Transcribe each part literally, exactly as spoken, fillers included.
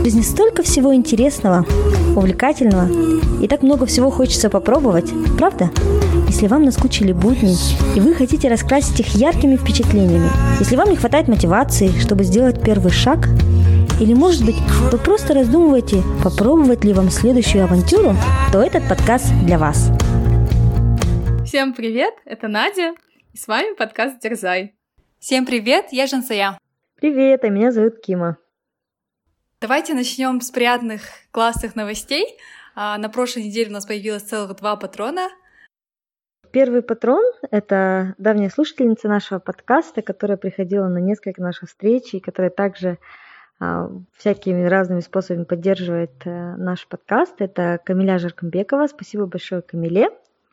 В жизни столько всего интересного, увлекательного, и так много всего хочется попробовать, правда? Если вам наскучили будни, и вы хотите раскрасить их яркими впечатлениями, если вам не хватает мотивации, чтобы сделать первый шаг, или, может быть, вы просто раздумываете, попробовать ли вам следующую авантюру, то этот подкаст для вас. Всем привет, это Надя, и с вами подкаст «Дерзай». Всем привет, я Жансая. Привет, а меня зовут Кима. Давайте начнем с приятных, классных новостей. А, на прошлой неделе у нас появилось целых два патрона. Первый патрон – это давняя слушательница нашего подкаста, которая приходила на несколько наших встреч и которая также а, всякими разными способами поддерживает а, наш подкаст. Это Камиля Жаркамбекова. Спасибо большое, Камиле.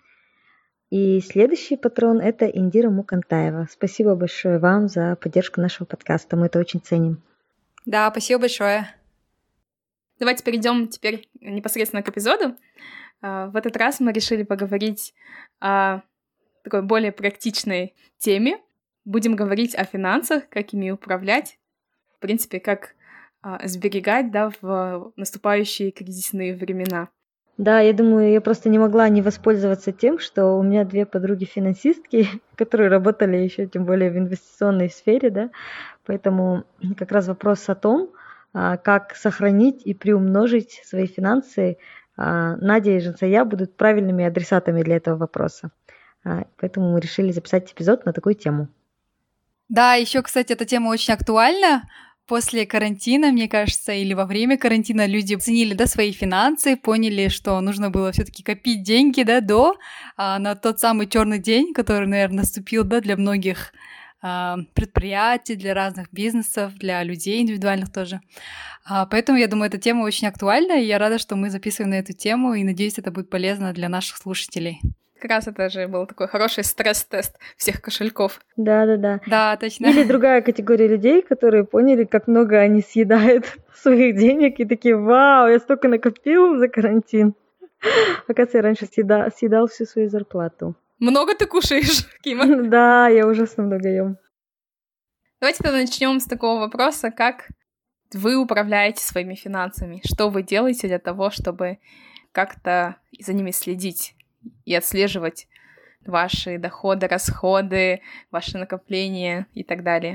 И следующий патрон – это Индира Мукантаева. Спасибо большое вам за поддержку нашего подкаста. Мы это очень ценим. Да, спасибо большое. Давайте перейдем теперь непосредственно к эпизоду. В этот раз мы решили поговорить о такой более практичной теме. Будем говорить о финансах, как ими управлять, в принципе, как сберегать, да, в наступающие кризисные времена. Да, я думаю, я просто не могла не воспользоваться тем, что у меня две подруги-финансистки, которые работали еще тем более в инвестиционной сфере, да, поэтому как раз вопрос о том, как сохранить и приумножить свои финансы, Надя и Жансая будут правильными адресатами для этого вопроса. Поэтому мы решили записать эпизод на такую тему. Да, еще, кстати, эта тема очень актуальна. После карантина, мне кажется, или во время карантина люди оценили, да, свои финансы, поняли, что нужно было все-таки копить деньги, да, до а, на тот самый черный день, который, наверное, наступил, да, для многих а, предприятий, для разных бизнесов, для людей индивидуальных тоже. А, поэтому я думаю, эта тема очень актуальна, и я рада, что мы записываем на эту тему, и надеюсь, это будет полезно для наших слушателей. Как раз это же был такой хороший стресс-тест всех кошельков. Да-да-да. Да, точно. Или другая категория людей, которые поняли, как много они съедают своих денег, и такие: вау, я столько накопил за карантин. Оказывается, я раньше съедал, съедал всю свою зарплату. Много ты кушаешь, Кима? Да, я ужасно много ем. Давайте тогда начнем с такого вопроса, как вы управляете своими финансами? Что вы делаете для того, чтобы как-то за ними следить и отслеживать ваши доходы, расходы, ваши накопления и так далее?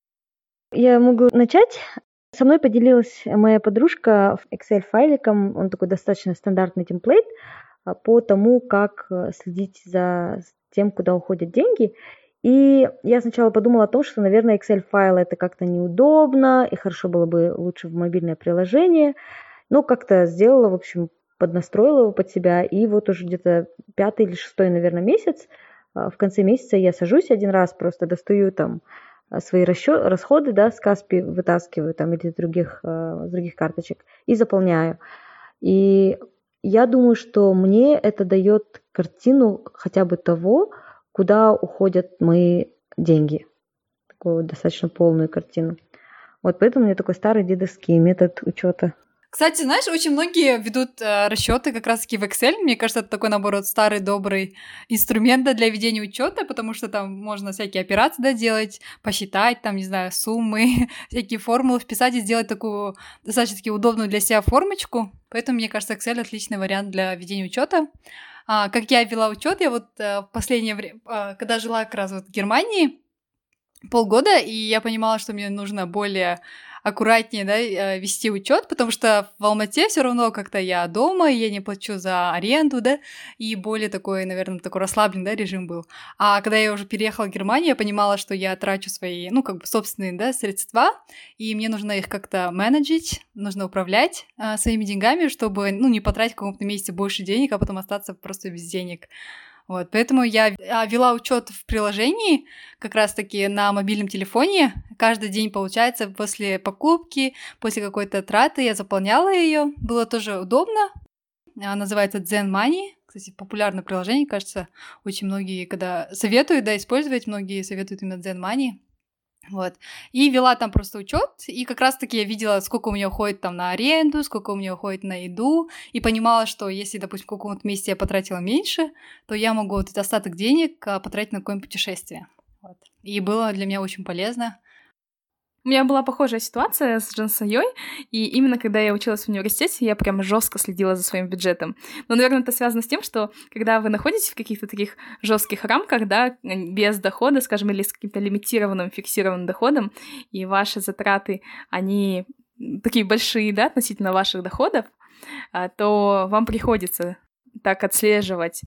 Я могу начать. Со мной поделилась моя подружка Excel-файликом, он такой достаточно стандартный темплейт по тому, как следить за тем, куда уходят деньги. И я сначала подумала о том, что, наверное, Excel-файл это как-то неудобно, и хорошо было бы лучше в мобильное приложение. Но как-то сделала, в общем, поднастроила его под себя, и вот уже где-то пятый или шестой, наверное, месяц, в конце месяца я сажусь один раз, просто достаю там свои расчет, расходы, да, с Каспи вытаскиваю там или с других, с других карточек и заполняю. И я думаю, что мне это дает картину хотя бы того, куда уходят мои деньги. Такую достаточно полную картину. Вот поэтому у меня такой старый дедовский метод учета. Кстати, знаешь, очень многие ведут э, расчеты как раз-таки в Excel. Мне кажется, это такой, наоборот, старый добрый инструмент, да, для ведения учета, потому что там можно всякие операции, да, делать, посчитать, там, не знаю, суммы, всякие формулы вписать и сделать такую достаточно удобную для себя формочку. Поэтому, мне кажется, Excel отличный вариант для ведения учета. А, как я вела учет, я вот э, в последнее время, э, когда жила как раз вот в Германии полгода, и я понимала, что мне нужно более аккуратнее, да, вести учет, потому что в Алмате все равно как-то я дома, и я не плачу за аренду, да, и более такой, наверное, такой расслабленный, да, режим был. А когда я уже переехала в Германию, я понимала, что я трачу свои, ну, как бы собственные, да, средства, и мне нужно их как-то менеджить, нужно управлять а, своими деньгами, чтобы, ну, не потратить в каком-то месяце больше денег, а потом остаться просто без денег. Вот, поэтому я вела учет в приложении, как раз-таки на мобильном телефоне. Каждый день, получается, после покупки, после какой-то траты я заполняла ее. Было тоже удобно. Называется Zen Money. Кстати, популярное приложение, кажется, очень многие, когда советуют, да, использовать, многие советуют именно Zen Money. Вот. И вела там просто учет, и как раз-таки я видела, сколько у меня уходит там на аренду, сколько у меня уходит на еду, и понимала, что если, допустим, в каком-то месте я потратила меньше, то я могу вот этот остаток денег потратить на какое-нибудь путешествие. Вот. И было для меня очень полезно. У меня была похожая ситуация с Джансайой, и именно когда я училась в университете, я прям жестко следила за своим бюджетом. Но, наверное, это связано с тем, что когда вы находитесь в каких-то таких жестких рамках, да, без дохода, скажем, или с каким-то лимитированным, фиксированным доходом, и ваши затраты, они такие большие, да, относительно ваших доходов, то вам приходится так отслеживать.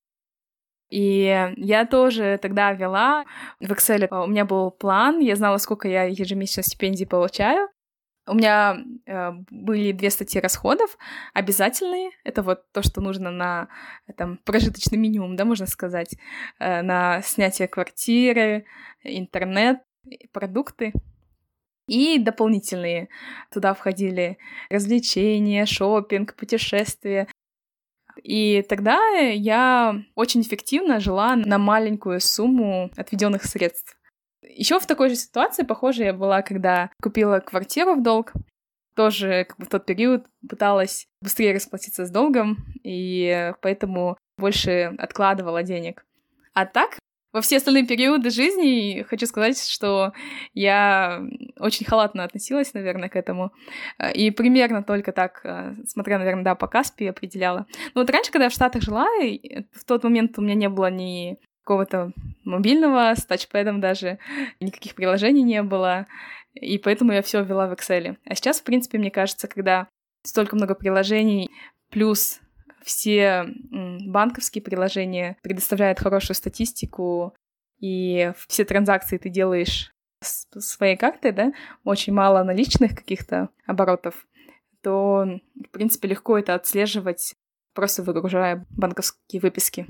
И я тоже тогда вела в Excel. У меня был план, я знала, сколько я ежемесячно стипендий получаю. У меня э, были две статьи расходов обязательные. Это вот то, что нужно на там, прожиточный минимум, да, можно сказать, э, на снятие квартиры, интернет, продукты. И дополнительные. Туда входили развлечения, шопинг, путешествия. И тогда я очень эффективно жила на маленькую сумму отведенных средств. Еще в такой же ситуации, похоже, я была, когда купила квартиру в долг. Тоже как бы в тот период пыталась быстрее расплатиться с долгом, и поэтому больше откладывала денег. А так, во все остальные периоды жизни хочу сказать, что я очень халатно относилась, наверное, к этому. И примерно только так, смотря, наверное, да, по Каспи определяла. Но вот раньше, когда я в Штатах жила, в тот момент у меня не было ни какого-то мобильного с тачпэдом даже, никаких приложений не было, и поэтому я все ввела в Excel. А сейчас, в принципе, мне кажется, когда столько много приложений, плюс все банковские приложения предоставляют хорошую статистику, и все транзакции ты делаешь с своей картой, да, очень мало наличных каких-то оборотов, то, в принципе, легко это отслеживать, просто выгружая банковские выписки.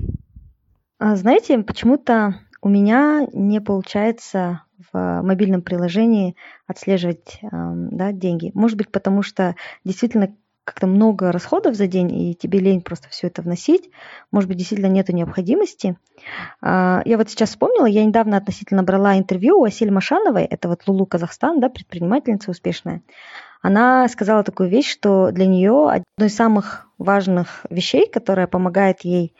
А знаете, почему-то у меня не получается в мобильном приложении отслеживать да, деньги. Может быть, потому что действительно как-то много расходов за день, и тебе лень просто все это вносить. Может быть, действительно нету необходимости. Я вот сейчас вспомнила, я недавно относительно брала интервью у Асель Машановой, это вот Лулу Казахстан, да, предпринимательница успешная. Она сказала такую вещь, что для нее одной из самых важных вещей, которая помогает ей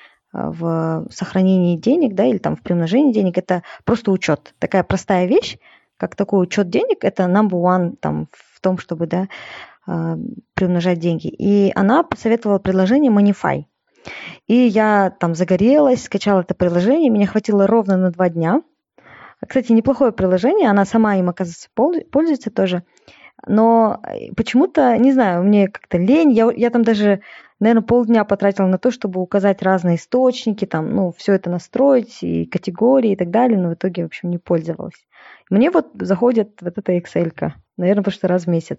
в сохранении денег, да, или там в приумножении денег, это просто учет. Такая простая вещь, как такой учет денег, это number one там, в том, чтобы, да, приумножать деньги. И она посоветовала приложение Monify. И я там загорелась, скачала это приложение, меня хватило ровно на два дня. Кстати, неплохое приложение, она сама им, оказывается, пользуется тоже. Но почему-то, не знаю, мне как-то лень, я, я там даже, наверное, полдня потратила на то, чтобы указать разные источники, там, ну, все это настроить, и категории, и так далее, но в итоге, в общем, не пользовалась. Мне вот заходит вот эта Excel-ка, наверное, потому что раз в месяц.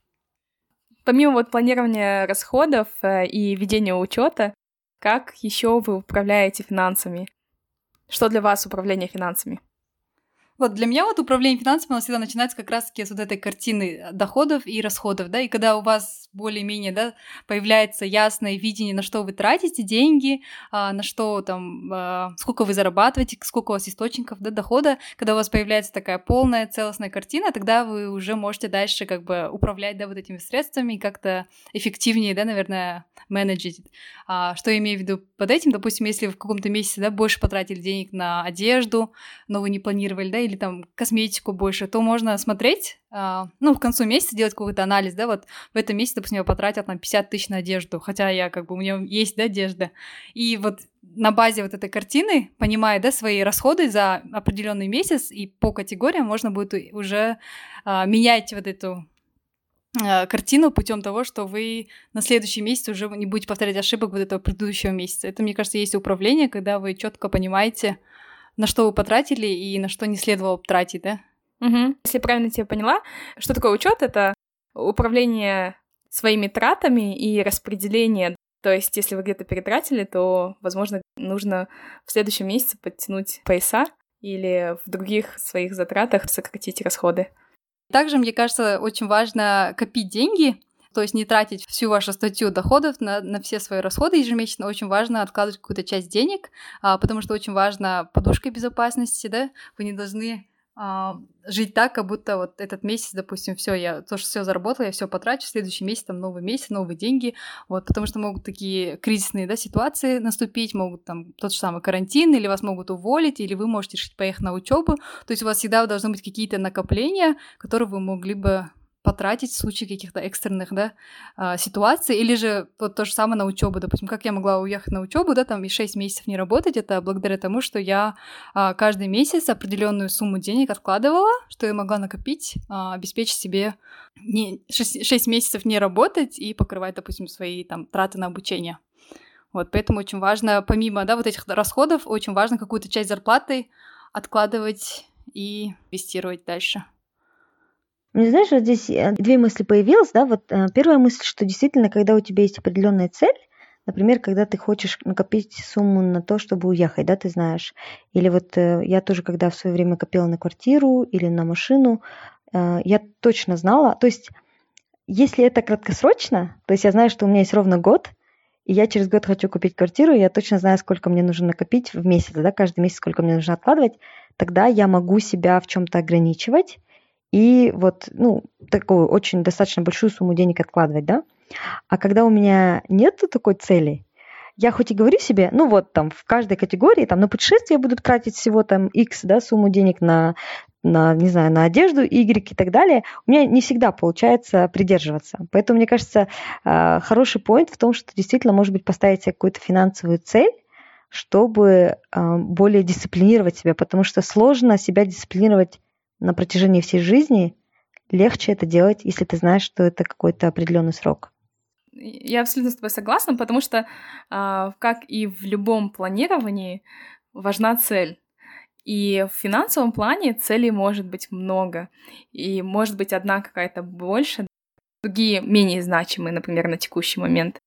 Помимо вот планирования расходов и ведения учета, как еще вы управляете финансами? Что для вас управление финансами? Вот для меня вот управление финансами, оно всегда начинается как раз-таки с вот этой картины доходов и расходов, да, и когда у вас более-менее, да, появляется ясное видение, на что вы тратите деньги, а, на что там, а, сколько вы зарабатываете, сколько у вас источников, да, дохода, когда у вас появляется такая полная целостная картина, тогда вы уже можете дальше как бы управлять, да, вот этими средствами и как-то эффективнее, да, наверное, менеджить. А, что я имею в виду под этим? Допустим, если вы в каком-то месяце, да, больше потратили денег на одежду, но вы не планировали, да, или там косметику больше, то можно смотреть, а, ну, в конце месяца делать какой-то анализ, да, вот в этом месяце, допустим, я потратила там пятьдесят тысяч на одежду, хотя я как бы, у меня есть, да, одежда, и вот на базе вот этой картины, понимая, да, свои расходы за определенный месяц, и по категориям можно будет уже а, менять вот эту картину путем того, что вы на следующий месяц уже не будете повторять ошибок вот этого предыдущего месяца. Это, мне кажется, есть управление, когда вы четко понимаете, на что вы потратили и на что не следовало тратить, да? Угу. Если я правильно тебя поняла, что такое учет? Это управление своими тратами и распределение. То есть, если вы где-то перетратили, то, возможно, нужно в следующем месяце подтянуть пояса или в других своих затратах сократить расходы. Также, мне кажется, очень важно копить деньги, то есть не тратить всю вашу статью доходов на, на все свои расходы ежемесячно. Очень важно откладывать какую-то часть денег, а, потому что очень важна подушка безопасности, да, вы не должны а, жить так, как будто вот этот месяц, допустим, все, я то, что все заработала, я все потрачу, в следующий месяц там новый месяц, новые деньги, вот, потому что могут такие кризисные, да, ситуации наступить, могут там тот же самый карантин, или вас могут уволить, или вы можете решить поехать на учебу, то есть у вас всегда должны быть какие-то накопления, которые вы могли бы потратить в случае каких-то экстренных, да, а, ситуаций, или же вот то же самое на учебу, допустим, как я могла уехать на учебу, да, там и шесть месяцев не работать, это благодаря тому, что я а, каждый месяц определенную сумму денег откладывала, что я могла накопить, а, обеспечить себе не, шесть месяцев не работать и покрывать, допустим, свои там траты на обучение. Вот, поэтому очень важно, помимо, да, вот этих расходов, очень важно какую-то часть зарплаты откладывать и инвестировать дальше. Мне, знаешь, вот здесь э, две мысли появилось, да, вот э, первая мысль, что действительно, когда у тебя есть определенная цель, например, когда ты хочешь накопить сумму на то, чтобы уехать, да, ты знаешь, или вот э, я тоже, когда в свое время копила на квартиру или на машину, э, я точно знала, то есть если это краткосрочно, то есть я знаю, что у меня есть ровно год, и я через год хочу купить квартиру, и я точно знаю, сколько мне нужно накопить в месяц, да, каждый месяц, сколько мне нужно откладывать, тогда я могу себя в чем-то ограничивать, и вот, ну, такую очень достаточно большую сумму денег откладывать, да. А когда у меня нет такой цели, я хоть и говорю себе, ну вот там в каждой категории, там на путешествие я буду тратить всего там X, да, сумму денег на, на, не знаю, на одежду, Y и так далее, у меня не всегда получается придерживаться. Поэтому, мне кажется, хороший поинт в том, что действительно, может быть, поставить себе какую-то финансовую цель, чтобы более дисциплинировать себя, потому что сложно себя дисциплинировать на протяжении всей жизни, легче это делать, если ты знаешь, что это какой-то определенный срок. Я абсолютно с тобой согласна, потому что, а, как и в любом планировании, важна цель. И в финансовом плане целей может быть много. И может быть одна какая-то больше, другие менее значимые, например, на текущий момент.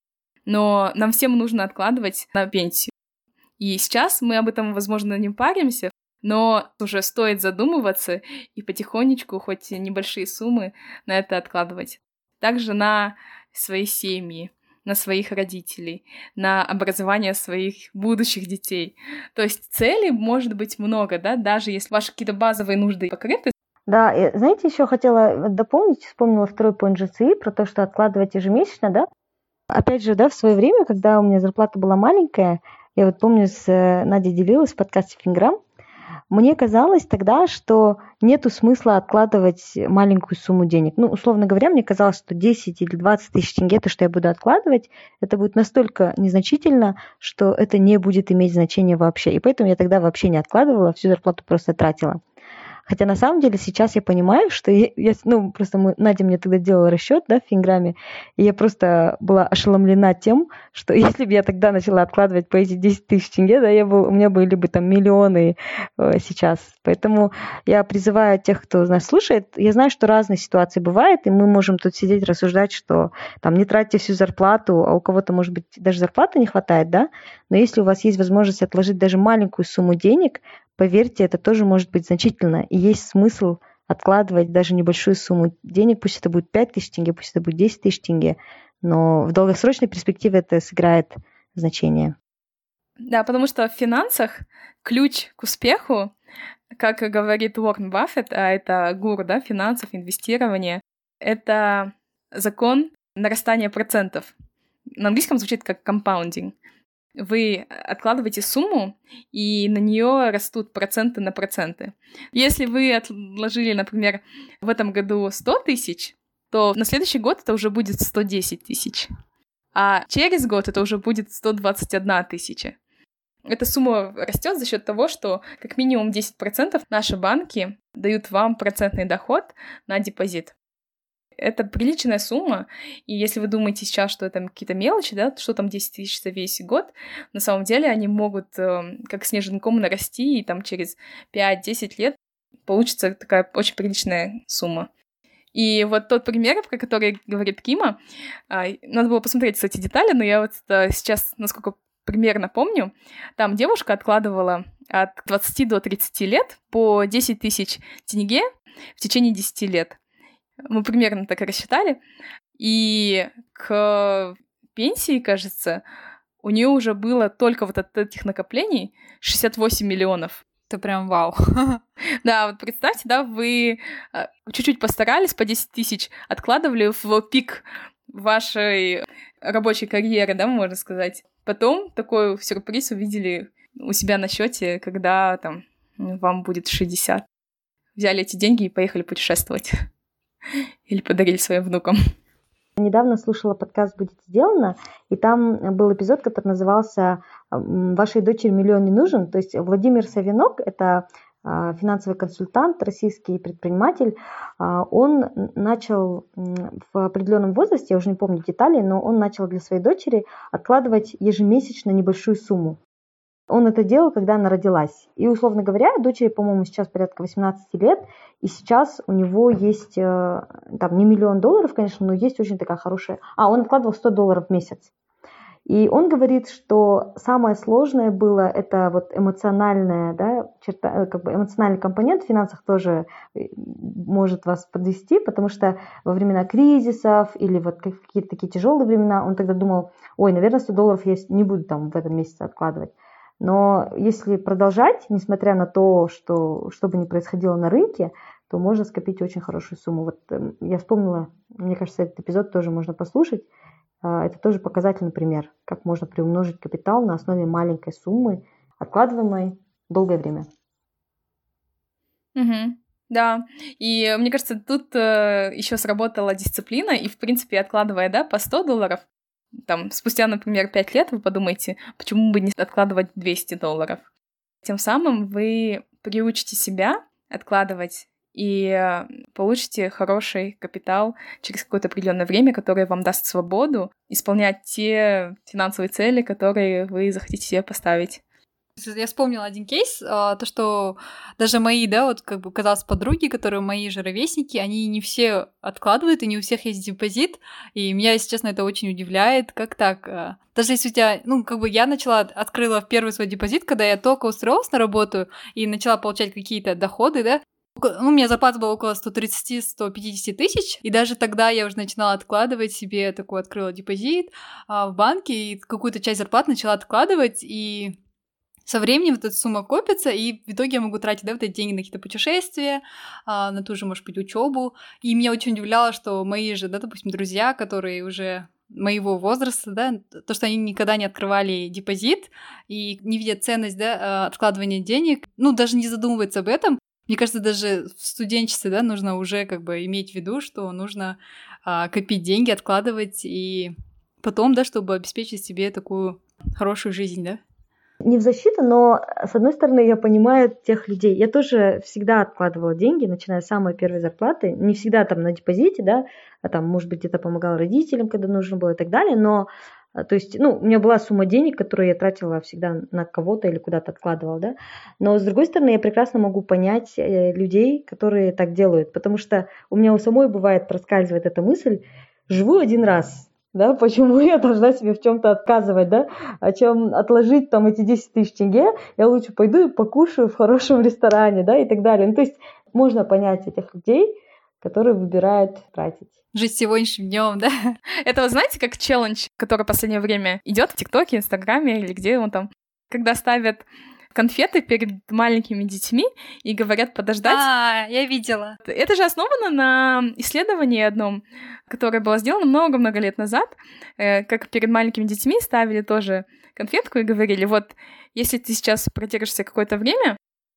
Но нам всем нужно откладывать на пенсию. И сейчас мы об этом, возможно, не паримся, но уже стоит задумываться и потихонечку, хоть небольшие суммы, на это откладывать. Также на свои семьи, на своих родителей, на образование своих будущих детей. То есть целей может быть много, да, даже если ваши какие-то базовые нужды покрыты. Да, и, знаете, еще хотела дополнить, вспомнила второй поинт джи си и про то, что откладывать ежемесячно, да. Опять же, да, в свое время, когда у меня зарплата была маленькая, я вот помню, с Надей делилась в подкасте «Финграм», мне казалось тогда, что нету смысла откладывать маленькую сумму денег. Ну, условно говоря, мне казалось, что десять или двадцать тысяч тенге, то, что я буду откладывать, это будет настолько незначительно, что это не будет иметь значения вообще. И поэтому я тогда вообще не откладывала, всю зарплату просто тратила. Хотя на самом деле сейчас я понимаю, что я, я ну, просто мы, Надя мне тогда делала расчет, да, в Финграме, и я просто была ошеломлена тем, что если бы я тогда начала откладывать по эти десять тысяч тенге, да, я бы, у меня были бы там миллионы э, сейчас. Поэтому я призываю тех, кто нас слушает, я знаю, что разные ситуации бывают, и мы можем тут сидеть рассуждать, что там не тратьте всю зарплату, а у кого-то, может быть, даже зарплаты не хватает, да, но если у вас есть возможность отложить даже маленькую сумму денег, поверьте, это тоже может быть значительно. И есть смысл откладывать даже небольшую сумму денег, пусть это будет пять тысяч тенге, пусть это будет десять тысяч тенге, но в долгосрочной перспективе это сыграет значение. Да, потому что в финансах ключ к успеху, как говорит Уоррен Баффет, а это гуру, да, финансов, инвестирования, это закон нарастания процентов. На английском звучит как compounding. Вы откладываете сумму, и на нее растут проценты на проценты. Если вы отложили, например, в этом году сто тысяч, то на следующий год это уже будет сто десять тысяч. А через год это уже будет сто двадцать одна тысяча. Эта сумма растет за счет того, что как минимум десять процентов наши банки дают вам процентный доход на депозит. Это приличная сумма, и если вы думаете сейчас, что это какие-то мелочи, да, что там десять тысяч за весь год, на самом деле они могут э, как снежный ком нарасти, и там через пять-десять лет получится такая очень приличная сумма. И вот тот пример, про который говорит Кима, э, надо было посмотреть, кстати, детали, но я вот э, сейчас, насколько примерно помню, там девушка откладывала от двадцати до тридцати лет по десять тысяч тенге в течение десяти лет. Мы примерно так и рассчитали. И к пенсии, кажется, у нее уже было только вот от этих накоплений шестьдесят восемь миллионов. Это прям вау. Да, вот представьте, да, вы чуть-чуть постарались, по десять тысяч откладывали в пик вашей рабочей карьеры, да, можно сказать. Потом такой сюрприз увидели у себя на счете, когда там вам будет шестьдесят. Взяли эти деньги и поехали путешествовать. Или подарили своим внукам. Недавно слушала подкаст «Будет сделано», и там был эпизод, который назывался «Вашей дочери миллион не нужен». То есть Владимир Савинок, это финансовый консультант, российский предприниматель, он начал в определенном возрасте, я уже не помню деталей, но он начал для своей дочери откладывать ежемесячно небольшую сумму. Он это делал, когда она родилась. И, условно говоря, дочери, по-моему, сейчас порядка восемнадцать лет, и сейчас у него есть, там, не миллион долларов, конечно, но есть очень такая хорошая... А, он откладывал сто долларов в месяц. И он говорит, что самое сложное было это вот эмоциональная, да, черта, как бы эмоциональный компонент в финансах тоже может вас подвести, потому что во времена кризисов или вот какие-то такие тяжелые времена он тогда думал, ой, наверное, сто долларов я не буду там в этом месяце откладывать. Но если продолжать, несмотря на то, что, что бы ни происходило на рынке, то можно скопить очень хорошую сумму. Вот я вспомнила, мне кажется, этот эпизод тоже можно послушать. Это тоже показательный пример, как можно приумножить капитал на основе маленькой суммы, откладываемой долгое время. Угу. Да, и мне кажется, тут э, еще сработала дисциплина, и, в принципе, откладывая, да, по сто долларов, там, спустя, например, пять лет, вы подумаете, почему бы не откладывать двести долларов. Тем самым вы приучите себя откладывать и получите хороший капитал через какое-то определенное время, которое вам даст свободу исполнять те финансовые цели, которые вы захотите себе поставить. Я вспомнила один кейс, то, что даже мои, да, вот как бы казалось, подруги, которые мои же ровесники, они не все откладывают, и не у всех есть депозит, и меня, если честно, это очень удивляет, как так? Даже если у тебя, ну, как бы я начала, открыла в первый свой депозит, когда я только устроилась на работу и начала получать какие-то доходы, да, ну, у меня зарплата была около сто тридцать - сто пятьдесят тысяч, и даже тогда я уже начинала откладывать себе, такой открыла депозит а, в банке, и какую-то часть зарплаты начала откладывать, и со временем вот эта сумма копится, и в итоге я могу тратить, да, вот эти деньги на какие-то путешествия, а, на ту же, может быть, учебу. И меня очень удивляло, что мои же, да, допустим, друзья, которые уже моего возраста, да, то, что они никогда не открывали депозит и не видят ценность, да, откладывания денег, ну, даже не задумываются об этом. Мне кажется, даже в студенчестве, да, нужно уже как бы иметь в виду, что нужно а, копить деньги, откладывать, и потом, да, чтобы обеспечить себе такую хорошую жизнь, да. Не в защиту, но, с одной стороны, я понимаю тех людей. Я тоже всегда откладывала деньги, начиная с самой первой зарплаты. Не всегда там на депозите, да, а там, может быть, где-то помогала родителям, когда нужно было и так далее. Но, то есть, ну, у меня была сумма денег, которую я тратила всегда на кого-то или куда-то откладывала, да. Но, с другой стороны, я прекрасно могу понять людей, которые так делают. Потому что у меня у самой бывает проскальзывает эта мысль: живу один раз. Да, почему я должна себе в чем-то отказывать, да, о чем отложить там эти десять тысяч тенге, я лучше пойду и покушаю в хорошем ресторане, да, и так далее. Ну, то есть можно понять этих людей, которые выбирают тратить. Жить сегодняшним днем, да? Это, вы знаете, как челлендж, который в последнее время идет в ТикТоке, Инстаграме или где он там, когда ставят конфеты перед маленькими детьми и говорят подождать. А, я видела. Это же основано на исследовании одном, которое было сделано много-много лет назад, как перед маленькими детьми ставили тоже конфетку и говорили: вот, если ты сейчас продержишься какое-то время,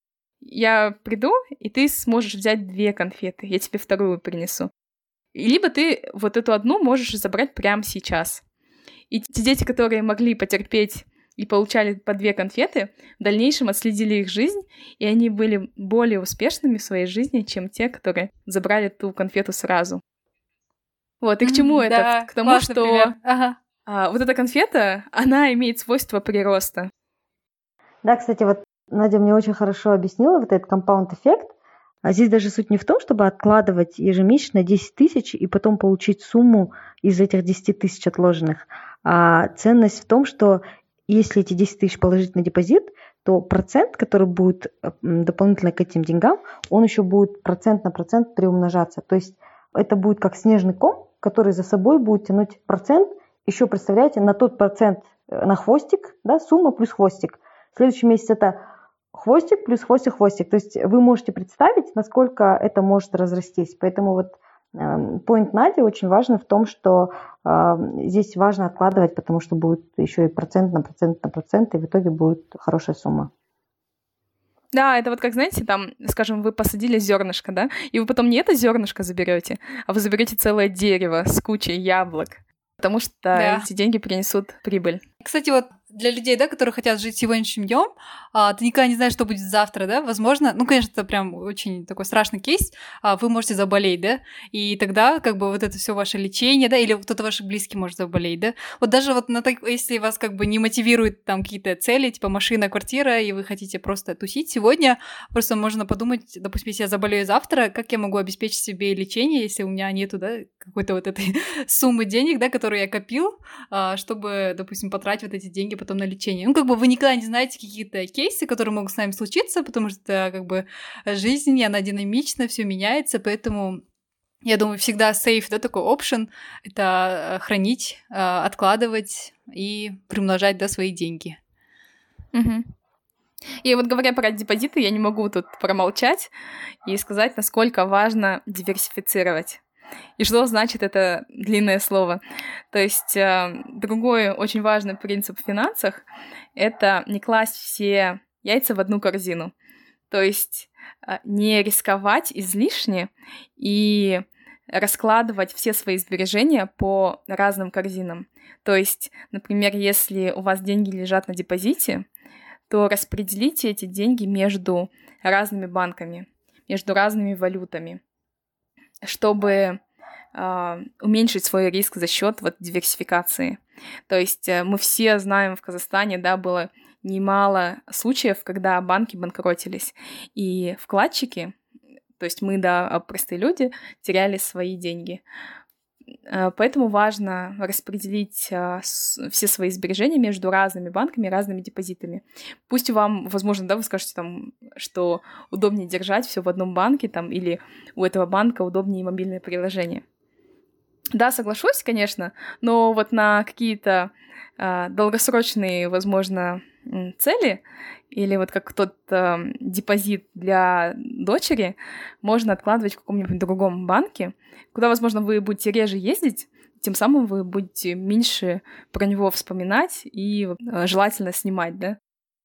я приду, и ты сможешь взять две конфеты, я тебе вторую принесу. Либо ты вот эту одну можешь забрать прямо сейчас. И те дети, которые могли потерпеть и получали по две конфеты, в дальнейшем отследили их жизнь, и они были более успешными в своей жизни, чем те, которые забрали ту конфету сразу. Вот, и к чему mm, это? Да, к тому, что ага. а, вот эта конфета, она имеет свойство прироста. Да, кстати, вот Надя мне очень хорошо объяснила вот этот компаунд-эффект. А здесь даже суть не в том, чтобы откладывать ежемесячно десять тысяч и потом получить сумму из этих десяти тысяч отложенных, а ценность в том, что если эти десять тысяч положить на депозит, то процент, который будет дополнительно к этим деньгам, он еще будет процент на процент приумножаться. То есть это будет как снежный ком, который за собой будет тянуть процент. Еще, представляете, на тот процент, на хвостик, да, сумма плюс хвостик. В следующем месяце это хвостик плюс хвостик-хвостик. То есть вы можете представить, насколько это может разрастись. Поэтому вот поинт Нади очень важен в том, что э, здесь важно откладывать, потому что будет еще и процент на процент на процент, и в итоге будет хорошая сумма. Да, это вот как, знаете, там, скажем, вы посадили зернышко, да, и вы потом не это зернышко заберете, а вы заберете целое дерево с кучей яблок, потому что да. эти деньги принесут прибыль. Кстати, вот для людей, да, которые хотят жить сегодняшним днем, а, ты никогда не знаешь, что будет завтра, да, возможно, ну, конечно, это прям очень такой страшный кейс, а, вы можете заболеть, да, и тогда как бы вот это все ваше лечение, да, или кто-то ваш близкий может заболеть, да, вот даже вот на так, если вас как бы не мотивирует там какие-то цели, типа машина, квартира, и вы хотите просто тусить сегодня, просто можно подумать, допустим, если я заболею завтра, как я могу обеспечить себе лечение, если у меня нету, да, какой-то вот этой суммы денег, да, которую я копил, а, чтобы, допустим, потратить вот эти деньги потом на лечение. Ну, как бы вы никогда не знаете какие-то кейсы, которые могут с нами случиться, потому что, как бы, жизнь, она динамична, все меняется, поэтому я думаю, всегда сейф, да, такой option — это хранить, откладывать и приумножать, да, свои деньги. Угу. И вот говоря про депозиты, я не могу тут промолчать и сказать, насколько важно диверсифицировать. И что значит это длинное слово? То есть э, другой очень важный принцип в финансах — это не класть все яйца в одну корзину. То есть э, не рисковать излишне и раскладывать все свои сбережения по разным корзинам. То есть, например, если у вас деньги лежат на депозите, то распределите эти деньги между разными банками, между разными валютами, чтобы э, уменьшить свой риск за счет вот диверсификации. То есть э, мы все знаем, в Казахстане, да, было немало случаев, когда банки банкротились, и вкладчики, то есть мы, да, простые люди, теряли свои деньги. Поэтому важно распределить все свои сбережения между разными банками, разными депозитами. Пусть вам, возможно, да, вы скажете, там, что удобнее держать все в одном банке, там, или у этого банка удобнее мобильное приложение. Да, соглашусь, конечно, но вот на какие-то э, долгосрочные, возможно, цели, или вот как тот э, депозит для дочери, можно откладывать в каком-нибудь другом банке, куда, возможно, вы будете реже ездить, тем самым вы будете меньше про него вспоминать и э, желательно снимать, да?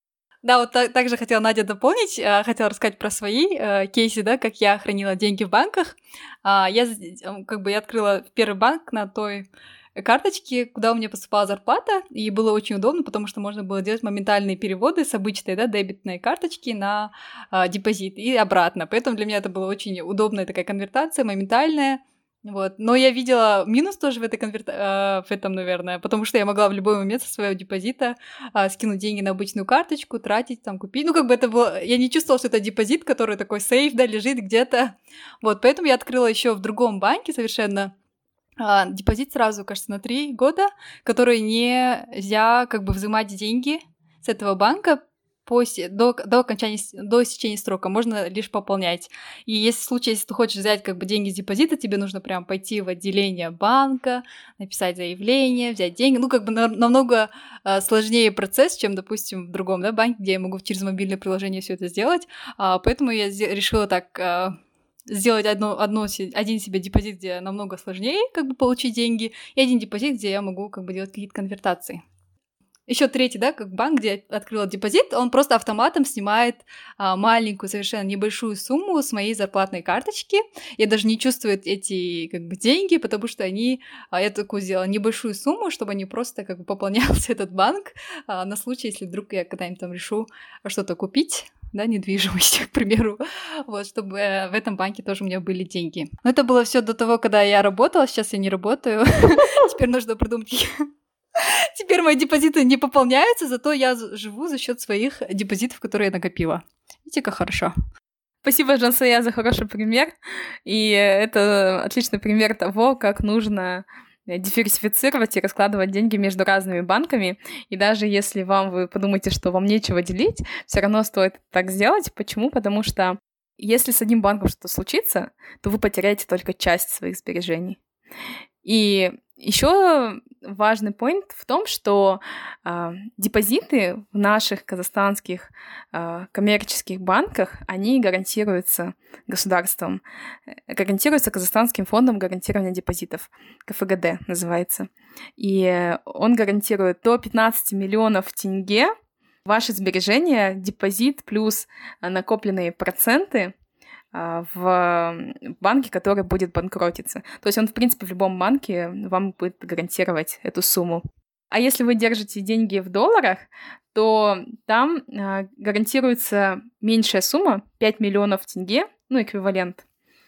Да, вот так, также хотела Надя дополнить, э, хотела рассказать про свои э, кейсы, да, как я хранила деньги в банках. Э, я как бы я открыла первый банк на той карточки, куда у меня поступала зарплата, и было очень удобно, потому что можно было делать моментальные переводы с обычной, да, дебетной карточки на э, депозит и обратно. Поэтому для меня это была очень удобная такая конвертация, моментальная. Вот. Но я видела минус тоже в, этой конверт... э, в этом, наверное, потому что я могла в любой момент со своего депозита э, скинуть деньги на обычную карточку, тратить, там, купить. Ну, как бы это было... Я не чувствовала, что это депозит, который такой сейф, да, лежит где-то. Вот, поэтому я открыла еще в другом банке совершенно э, депозит сразу, кажется, на три года, который нельзя как бы взимать деньги с этого банка После, до, до окончания, до истечения срока, можно лишь пополнять. И если в случае, если ты хочешь взять как бы деньги с депозита, тебе нужно прям пойти в отделение банка, написать заявление, взять деньги. Ну, как бы на, намного э, сложнее процесс, чем, допустим, в другом, да, банке, где я могу через мобильное приложение все это сделать. А, поэтому я зе- решила так э, сделать одно, одно, один себе депозит, где намного сложнее как бы получить деньги, и один депозит, где я могу как бы делать какие-то конвертации. Еще третий, да, как банк, где я открыла депозит, он просто автоматом снимает а, маленькую, совершенно небольшую сумму с моей зарплатной карточки. Я даже не чувствую эти как бы деньги, потому что они, а, я такую сделала небольшую сумму, чтобы не просто как бы пополнялся этот банк а, на случай, если вдруг я когда-нибудь там решу что-то купить, да, недвижимость, к примеру, вот, чтобы в этом банке тоже у меня были деньги. Но это было все до того, когда я работала, сейчас я не работаю, теперь нужно придумать... Теперь мои депозиты не пополняются, зато я живу за счет своих депозитов, которые я накопила. Видите, как хорошо. Спасибо, Жансая, за хороший пример. И это отличный пример того, как нужно диверсифицировать и раскладывать деньги между разными банками. И даже если вам вы подумаете, что вам нечего делить, все равно стоит так сделать. Почему? Потому что если с одним банком что-то случится, то вы потеряете только часть своих сбережений. И еще важный point в том, что э, депозиты в наших казахстанских э, коммерческих банках, они гарантируются государством, гарантируются Казахстанским фондом гарантирования депозитов, ка эф гэ дэ называется. И он гарантирует до пятнадцать миллионов тенге ваши сбережения, депозит плюс накопленные проценты в банке, который будет банкротиться. То есть он, в принципе, в любом банке вам будет гарантировать эту сумму. А если вы держите деньги в долларах, то там гарантируется меньшая сумма, пять миллионов тенге, ну, эквивалент,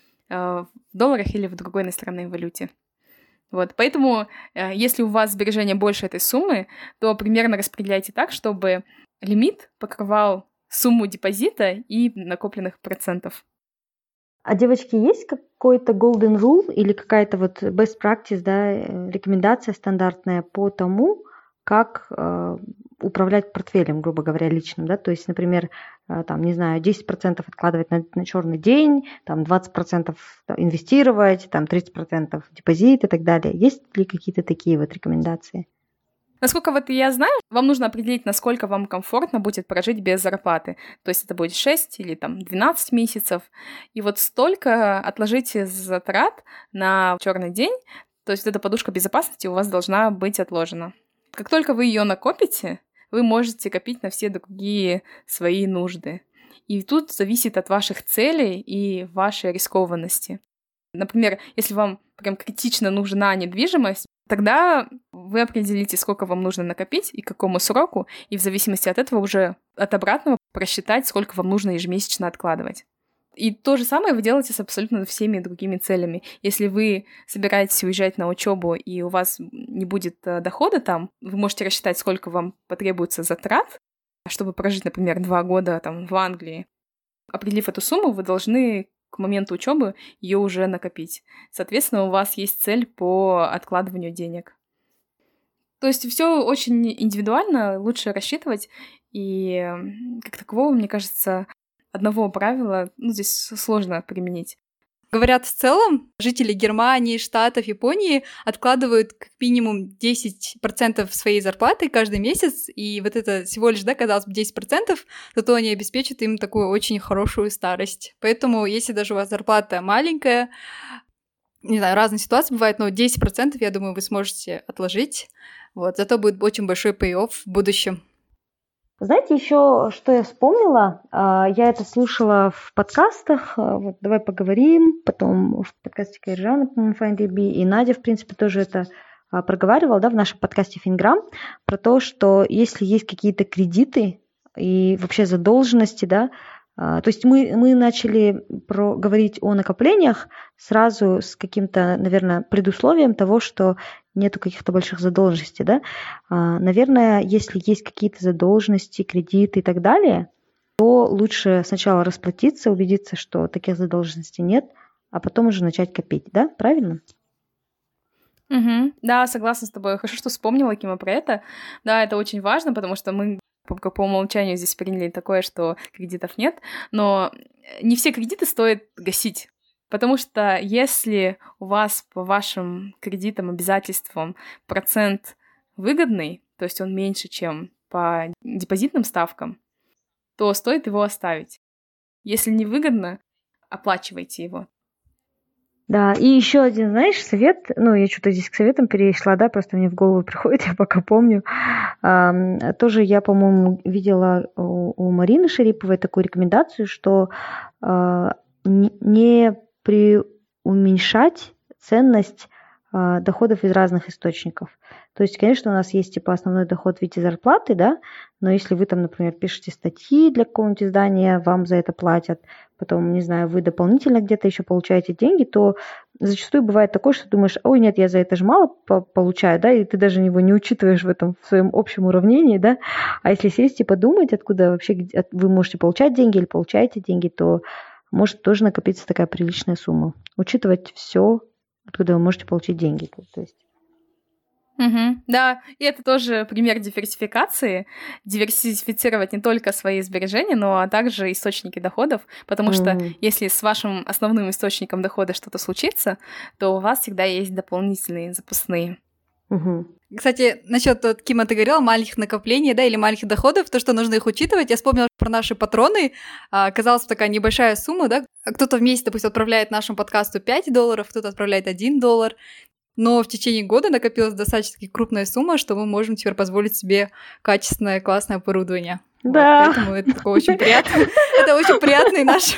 в долларах или в другой иностранной валюте. Вот, поэтому, если у вас сбережения больше этой суммы, то примерно распределяйте так, чтобы лимит покрывал сумму депозита и накопленных процентов. А, девочки, есть какой-то golden rule или какая-то вот best practice, да, рекомендация стандартная по тому, как э, управлять портфелем, грубо говоря, личным, да, то есть, например, э, там, не знаю, десять процентов откладывать на, на черный день, там, двадцать процентов инвестировать, там, тридцать процентов депозит и так далее. Есть ли какие-то такие вот рекомендации? Насколько вот я знаю, вам нужно определить, насколько вам комфортно будет прожить без зарплаты. То есть это будет шесть или там двенадцать месяцев. И вот столько отложите затрат на черный день. То есть эта подушка безопасности у вас должна быть отложена. Как только вы ее накопите, вы можете копить на все другие свои нужды. И тут зависит от ваших целей и вашей рискованности. Например, если вам прям критично нужна недвижимость, тогда вы определите, сколько вам нужно накопить и к какому сроку, и в зависимости от этого уже от обратного просчитать, сколько вам нужно ежемесячно откладывать. И то же самое вы делаете с абсолютно всеми другими целями. Если вы собираетесь уезжать на учебу, и у вас не будет дохода там, вы можете рассчитать, сколько вам потребуется затрат, чтобы прожить, например, два года там, в Англии. Определив эту сумму, вы должны к моменту учебы ее уже накопить. Соответственно, у вас есть цель по откладыванию денег. То есть все очень индивидуально, лучше рассчитывать. И как такового, мне кажется, одного правила ну, здесь сложно применить. Говорят, в целом жители Германии, Штатов, Японии откладывают как минимум десять процентов своей зарплаты каждый месяц, и вот это всего лишь, да, казалось бы, десять процентов, зато они обеспечат им такую очень хорошую старость. Поэтому, если даже у вас зарплата маленькая, не знаю, разные ситуации бывают, но десять процентов, я думаю, вы сможете отложить. Вот, зато будет очень большой пей-офф в будущем. Знаете, еще что я вспомнила? Я это слушала в подкастах. Вот, давай поговорим. Потом в подкасте Кайржана, по-моему, FindDB. И Надя, в принципе, тоже это проговаривала, да, в нашем подкасте Финграм, про то, что если есть какие-то кредиты и вообще задолженности, да, то есть мы, мы начали про, говорить о накоплениях сразу с каким-то, наверное, предусловием того, что нету каких-то больших задолженностей, да. Наверное, если есть какие-то задолженности, кредиты и так далее, то лучше сначала расплатиться, убедиться, что таких задолженностей нет, а потом уже начать копить, да? Правильно? Угу. Да, согласна с тобой. Хорошо, что вспомнила, Кима, про это. Да, это очень важно, потому что мы по, по умолчанию здесь приняли такое, что кредитов нет, но не все кредиты стоит гасить. Потому что если у вас по вашим кредитам, обязательствам процент выгодный, то есть он меньше, чем по депозитным ставкам, то стоит его оставить. Если невыгодно, оплачивайте его. Да, и еще один, знаешь, совет, ну, я что-то здесь к советам перешла, да, просто мне в голову приходит, я пока помню. А, тоже я, по-моему, видела у, у Марины Шариповой такую рекомендацию, что а, не преуменьшать ценность а, доходов из разных источников. То есть, конечно, у нас есть типа основной доход в виде зарплаты, да, но если вы там, например, пишете статьи для какого-нибудь издания, вам за это платят, потом, не знаю, вы дополнительно где-то еще получаете деньги, то зачастую бывает такое, что думаешь, ой, нет, я за это же мало получаю, да, и ты даже его не учитываешь в этом в своем общем уравнении, да, а если сесть и подумать, откуда вообще вы можете получать деньги или получаете деньги, то может тоже накопиться такая приличная сумма. Учитывать все, откуда вы можете получить деньги, то есть. Угу, да, и это тоже пример диверсификации. Диверсифицировать не только свои сбережения, но также источники доходов, потому что mm. если с вашим основным источником дохода что-то случится, то у вас всегда есть дополнительные запасные. Угу. Кстати, насчет, вот, Кима, ты говорила, маленьких накоплений, да, или маленьких доходов, то, что нужно их учитывать. Я вспомнила про наши патроны. А, казалось, такая небольшая сумма, да. Кто-то в месяц, допустим, отправляет нашему подкасту пять долларов, кто-то отправляет один доллар. Но в течение года накопилась достаточно крупная сумма, что мы можем теперь позволить себе качественное, классное оборудование. Да. Вот, поэтому это такое очень приятно. Это очень приятный наш...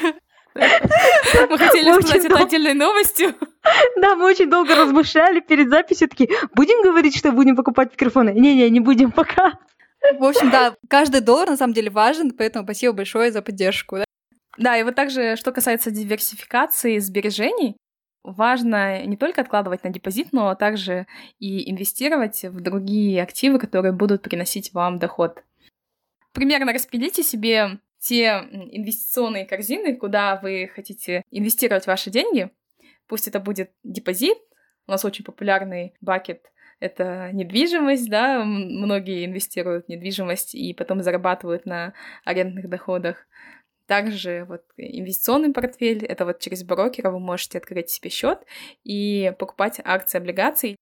Мы хотели сказать это отдельной новостью. Да, мы очень долго размышляли перед записью, такие, будем говорить, что будем покупать микрофоны? Не-не, не будем пока. В общем, да, каждый доллар на самом деле важен, поэтому спасибо большое за поддержку. Да, да и вот также, что касается диверсификации сбережений, важно не только откладывать на депозит, но также и инвестировать в другие активы, которые будут приносить вам доход. Примерно распределите себе те инвестиционные корзины, куда вы хотите инвестировать ваши деньги. Пусть это будет депозит. У нас очень популярный бакет — это недвижимость, да, многие инвестируют в недвижимость и потом зарабатывают на арендных доходах. Также вот инвестиционный портфель — это вот через брокера вы можете открыть себе счет и покупать акции, облигации.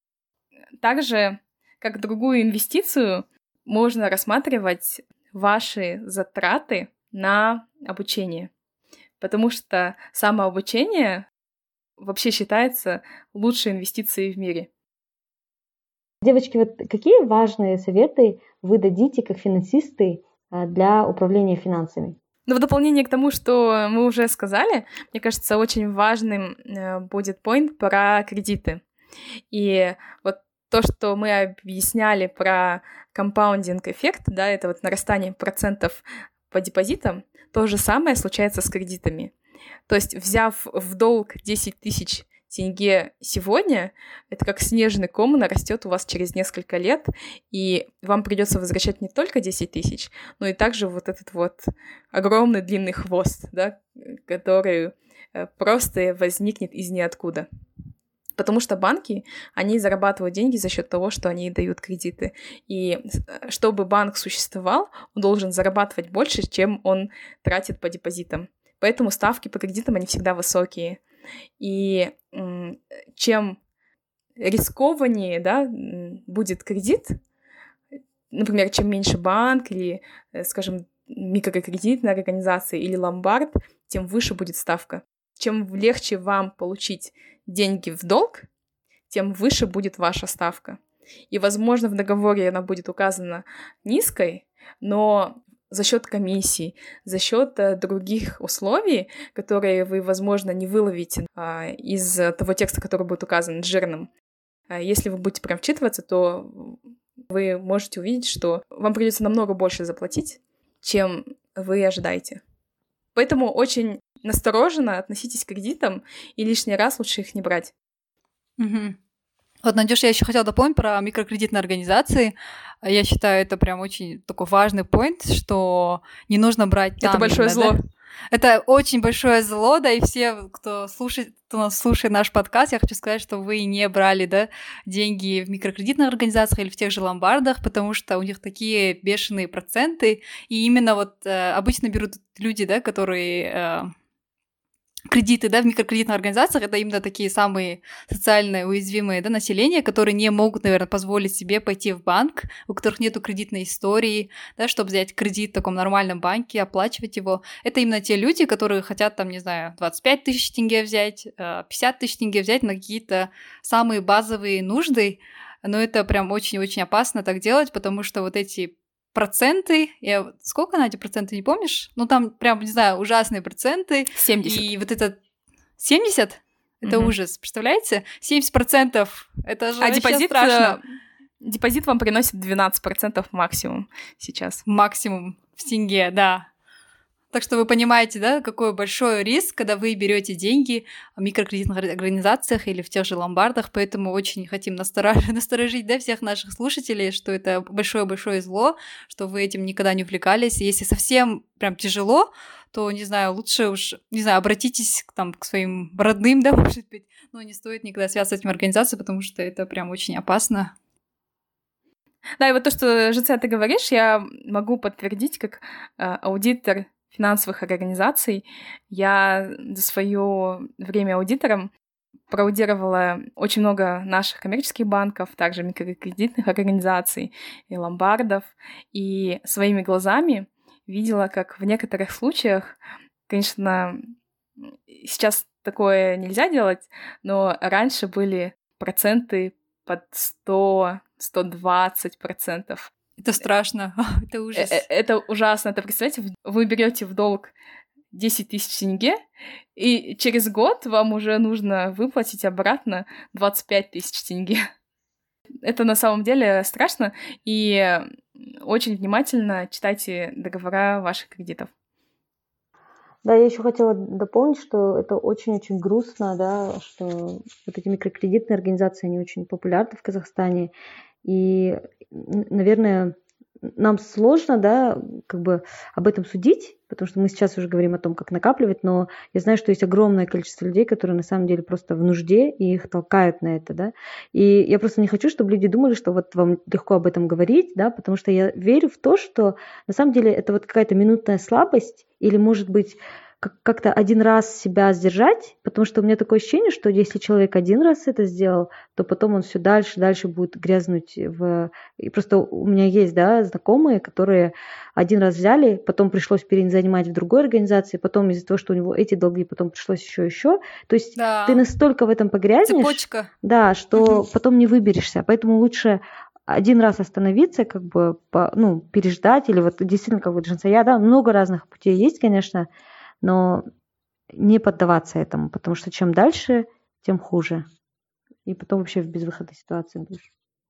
Также, как другую инвестицию, можно рассматривать ваши затраты на обучение, потому что самообучение вообще считается лучшей инвестицией в мире. Девочки, вот какие важные советы вы дадите как финансисты для управления финансами? Ну, в дополнение к тому, что мы уже сказали, мне кажется, очень важным будет поинт про кредиты. И вот то, что мы объясняли про компаундинг-эффект, да, это вот нарастание процентов по депозитам, то же самое случается с кредитами. То есть, взяв в долг десять тысяч тенге сегодня, это как снежный ком нарастет у вас через несколько лет, и вам придется возвращать не только десять тысяч, но и также вот этот вот огромный длинный хвост, да, который просто возникнет из ниоткуда. Потому что банки, они зарабатывают деньги за счет того, что они дают кредиты. И чтобы банк существовал, он должен зарабатывать больше, чем он тратит по депозитам. Поэтому ставки по кредитам, они всегда высокие. И м, чем рискованнее, да, будет кредит, например, чем меньше банк или, скажем, микрокредитная организация или ломбард, тем выше будет ставка. Чем легче вам получить деньги в долг, тем выше будет ваша ставка. И, возможно, в договоре она будет указана низкой, но за счет комиссий, за счет uh, других условий, которые вы, возможно, не выловите uh, из того текста, который будет указан жирным. Uh, если вы будете прям вчитываться, то вы можете увидеть, что вам придется намного больше заплатить, чем вы ожидаете. Поэтому очень настороженно относитесь к кредитам и лишний раз лучше их не брать. Угу. Вот, Надюш, я еще хотела дополнить про микрокредитные организации. Я считаю, это прям очень такой важный поинт, что не нужно брать там... Это большое именно, зло. Да? Это очень большое зло, да, и все, кто слушает, кто нас слушает наш подкаст, я хочу сказать, что вы не брали, да, деньги в микрокредитных организациях или в тех же ломбардах, потому что у них такие бешеные проценты, и именно вот э, обычно берут люди, да, которые... Э, кредиты, да, в микрокредитных организациях, это именно такие самые социально уязвимые, да, населения, которые не могут, наверное, позволить себе пойти в банк, у которых нету кредитной истории, да, чтобы взять кредит в таком нормальном банке, оплачивать его. Это именно те люди, которые хотят, там, не знаю, двадцать пять тысяч тенге взять, пятьдесят тысяч тенге взять на какие-то самые базовые нужды, но это прям очень-очень опасно так делать, потому что вот эти проценты, я сколько, Надя, проценты не помнишь? Ну, там прям, не знаю, ужасные проценты. семьдесят. И вот это семьдесят? Это Угу. ужас, представляете? семьдесят процентов, это же а вообще депозит, страшно. Депозит вам приносит двенадцать процентов максимум сейчас. Максимум в тенге, да. Так что вы понимаете, да, какой большой риск, когда вы берете деньги в микрокредитных организациях или в тех же ломбардах, поэтому очень хотим насторож... насторожить, да, всех наших слушателей, что это большое-большое зло, что вы этим никогда не увлекались. И если совсем прям тяжело, то, не знаю, лучше уж, не знаю, обратитесь там, к своим родным, да, может быть, но не стоит никогда связываться с этими организациями, потому что это прям очень опасно. Да, и вот то, что, Жиция, ты говоришь, я могу подтвердить как э, аудитор финансовых организаций. Я за свое время аудитором проаудировала очень много наших коммерческих банков, также микрокредитных организаций и ломбардов, и своими глазами видела, как в некоторых случаях, конечно, сейчас такое нельзя делать, но раньше были проценты под сто - сто двадцать процентов. Это страшно, это ужас. Это ужасно. Это, представляете, вы берете в долг десять тысяч тенге, и через год вам уже нужно выплатить обратно двадцать пять тысяч тенге. Это на самом деле страшно, и очень внимательно читайте договора ваших кредитов. Да, я еще хотела дополнить, что это очень-очень грустно, да, что вот эти микрокредитные организации, они очень популярны в Казахстане. И, наверное, нам сложно, да, как бы об этом судить, потому что мы сейчас уже говорим о том, как накапливать, но я знаю, что есть огромное количество людей, которые на самом деле просто в нужде, и их толкают на это, да. И я просто не хочу, чтобы люди думали, что вот вам легко об этом говорить, да, потому что я верю в то, что на самом деле это вот какая-то минутная слабость, или, может быть, как-то один раз себя сдержать, потому что у меня такое ощущение, что если человек один раз это сделал, то потом он все дальше, дальше будет грязнуть в... И просто у меня есть, да, знакомые, которые один раз взяли, потом пришлось перезанимать в другой организации, потом из-за того, что у него эти долги, потом пришлось еще еще. То есть да. Ты настолько в этом погрязнешь, цепочка, да, что угу. потом не выберешься. Поэтому лучше один раз остановиться, как бы, по, ну, переждать, или вот действительно, как вот Жансая, да, много разных путей есть, конечно, но не поддаваться этому, потому что чем дальше, тем хуже. И потом вообще в безвыходной ситуации будешь.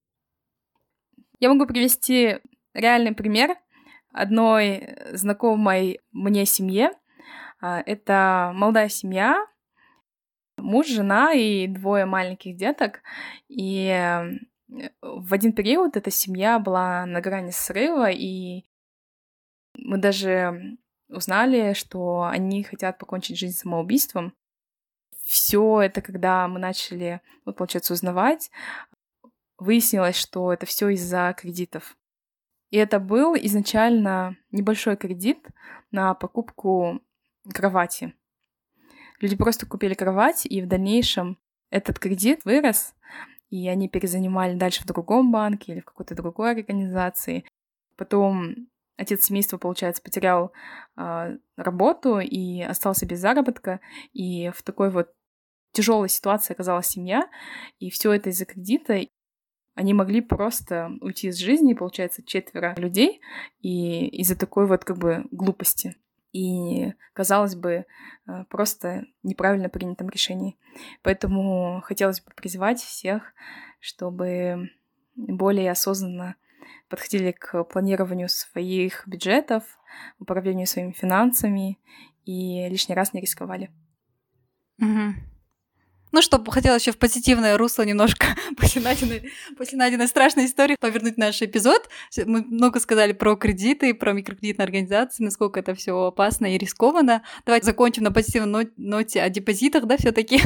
Я могу привести реальный пример одной знакомой мне семье. Это молодая семья, муж, жена и двое маленьких деток. И в один период эта семья была на грани срыва, и мы даже узнали, что они хотят покончить жизнь самоубийством. Все это, когда мы начали, вот, получается, узнавать, выяснилось, что это все из-за кредитов. И это был изначально небольшой кредит на покупку кровати. Люди просто купили кровать, и в дальнейшем этот кредит вырос, и они перезанимали дальше в другом банке или в какой-то другой организации. Потом отец семейства, получается, потерял э, работу и остался без заработка, и в такой вот тяжелой ситуации оказалась семья, и все это из-за кредита. Они могли просто уйти из жизни, получается, четверо людей, и из-за такой вот как бы глупости. И, казалось бы, просто неправильно принятом решении. Поэтому хотелось бы призвать всех, чтобы более осознанно подходили к планированию своих бюджетов, управлению своими финансами и лишний раз не рисковали. Угу. Ну что, хотела еще в позитивное русло немножко после найденной, после найденной страшной истории повернуть наш эпизод. Мы много сказали про кредиты, про микрокредитные организации, насколько это все опасно и рискованно. Давайте закончим на позитивной ноте о депозитах, да, все-таки.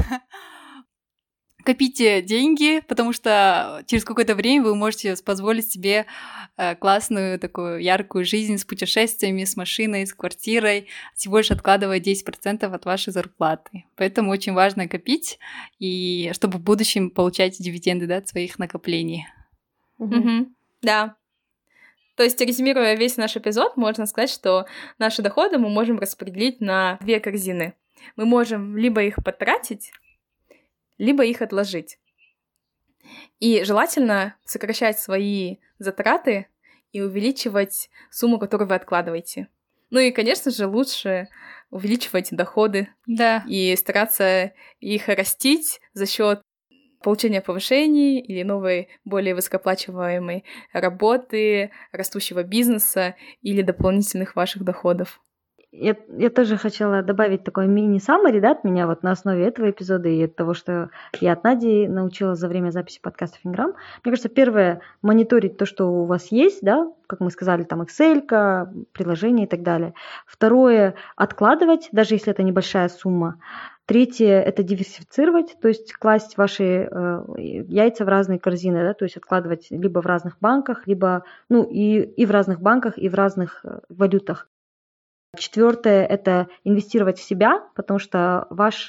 Копите деньги, потому что через какое-то время вы можете позволить себе классную такую яркую жизнь с путешествиями, с машиной, с квартирой, всего лишь откладывая десять процентов от вашей зарплаты. Поэтому очень важно копить, и чтобы в будущем получать дивиденды, да, от своих накоплений. Угу. Угу. Да. То есть, резюмируя весь наш эпизод, можно сказать, что наши доходы мы можем распределить на две корзины. Мы можем либо их потратить, либо их отложить. И желательно сокращать свои затраты и увеличивать сумму, которую вы откладываете. Ну и, конечно же, лучше увеличивать доходы, да, и стараться их растить за счет получения повышений или новой, более высокооплачиваемой работы, растущего бизнеса или дополнительных ваших доходов. Я, я тоже хотела добавить такой мини-саммари, да, от меня вот на основе этого эпизода и от того, что я от Нади научилась за время записи подкаста Финграм. Мне кажется, первое — мониторить то, что у вас есть, да, как мы сказали, там Excel, приложение и так далее. Второе — откладывать, даже если это небольшая сумма. Третье — это диверсифицировать, то есть класть ваши э, яйца в разные корзины, да, то есть откладывать либо в разных банках, либо, ну, и, и в разных банках, и в разных э, валютах. Четвертое — это инвестировать в себя, потому что ваши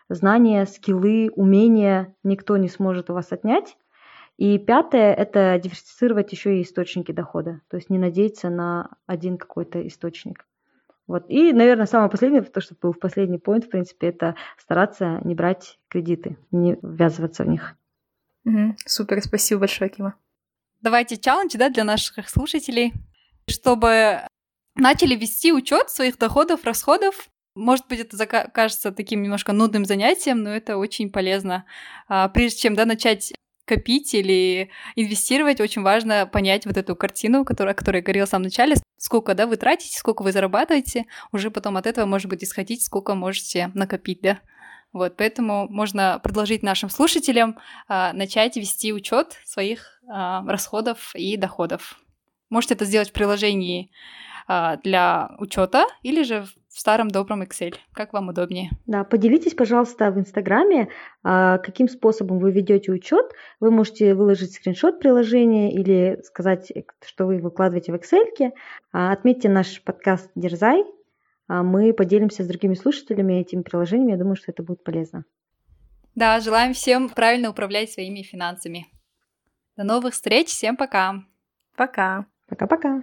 знания, скиллы, умения никто не сможет у вас отнять. И пятое – это диверсифицировать еще и источники дохода, то есть не надеяться на один какой-то источник. Вот. И, наверное, самое последнее, то, что был в последний поинт, в принципе, это стараться не брать кредиты, не ввязываться в них. Угу. Супер, спасибо большое, Кима. Давайте челлендж, да, для наших слушателей, чтобы начали вести учет своих доходов, расходов. Может быть, это кажется таким немножко нудным занятием, но это очень полезно. Прежде чем, да, начать копить или инвестировать, очень важно понять вот эту картину, которая, о которой я говорила в самом начале, сколько, да, вы тратите, сколько вы зарабатываете, уже потом от этого, может быть, исходить, сколько можете накопить, да. Вот, поэтому можно предложить нашим слушателям а, начать вести учет своих а, расходов и доходов. Можете это сделать в приложении а, для учета или же в старом добром Excel, как вам удобнее. Да, поделитесь, пожалуйста, в Инстаграме, а, каким способом вы ведете учет. Вы можете выложить скриншот приложения или сказать, что вы выкладываете в Excel. А, отметьте наш подкаст «Дерзай». Мы поделимся с другими слушателями этими приложениями. Я думаю, что это будет полезно. Да, желаем всем правильно управлять своими финансами. До новых встреч. Всем пока. Пока. Пока-пока.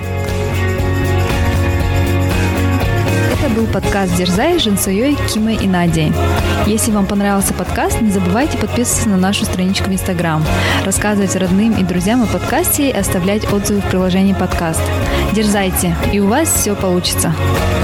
Это был подкаст «Дерзай» с Жансуей, Кимой и Надей. Если вам понравился подкаст, не забывайте подписываться на нашу страничку в Инстаграм, рассказывать родным и друзьям о подкасте и оставлять отзывы в приложении подкаст. Дерзайте, и у вас все получится.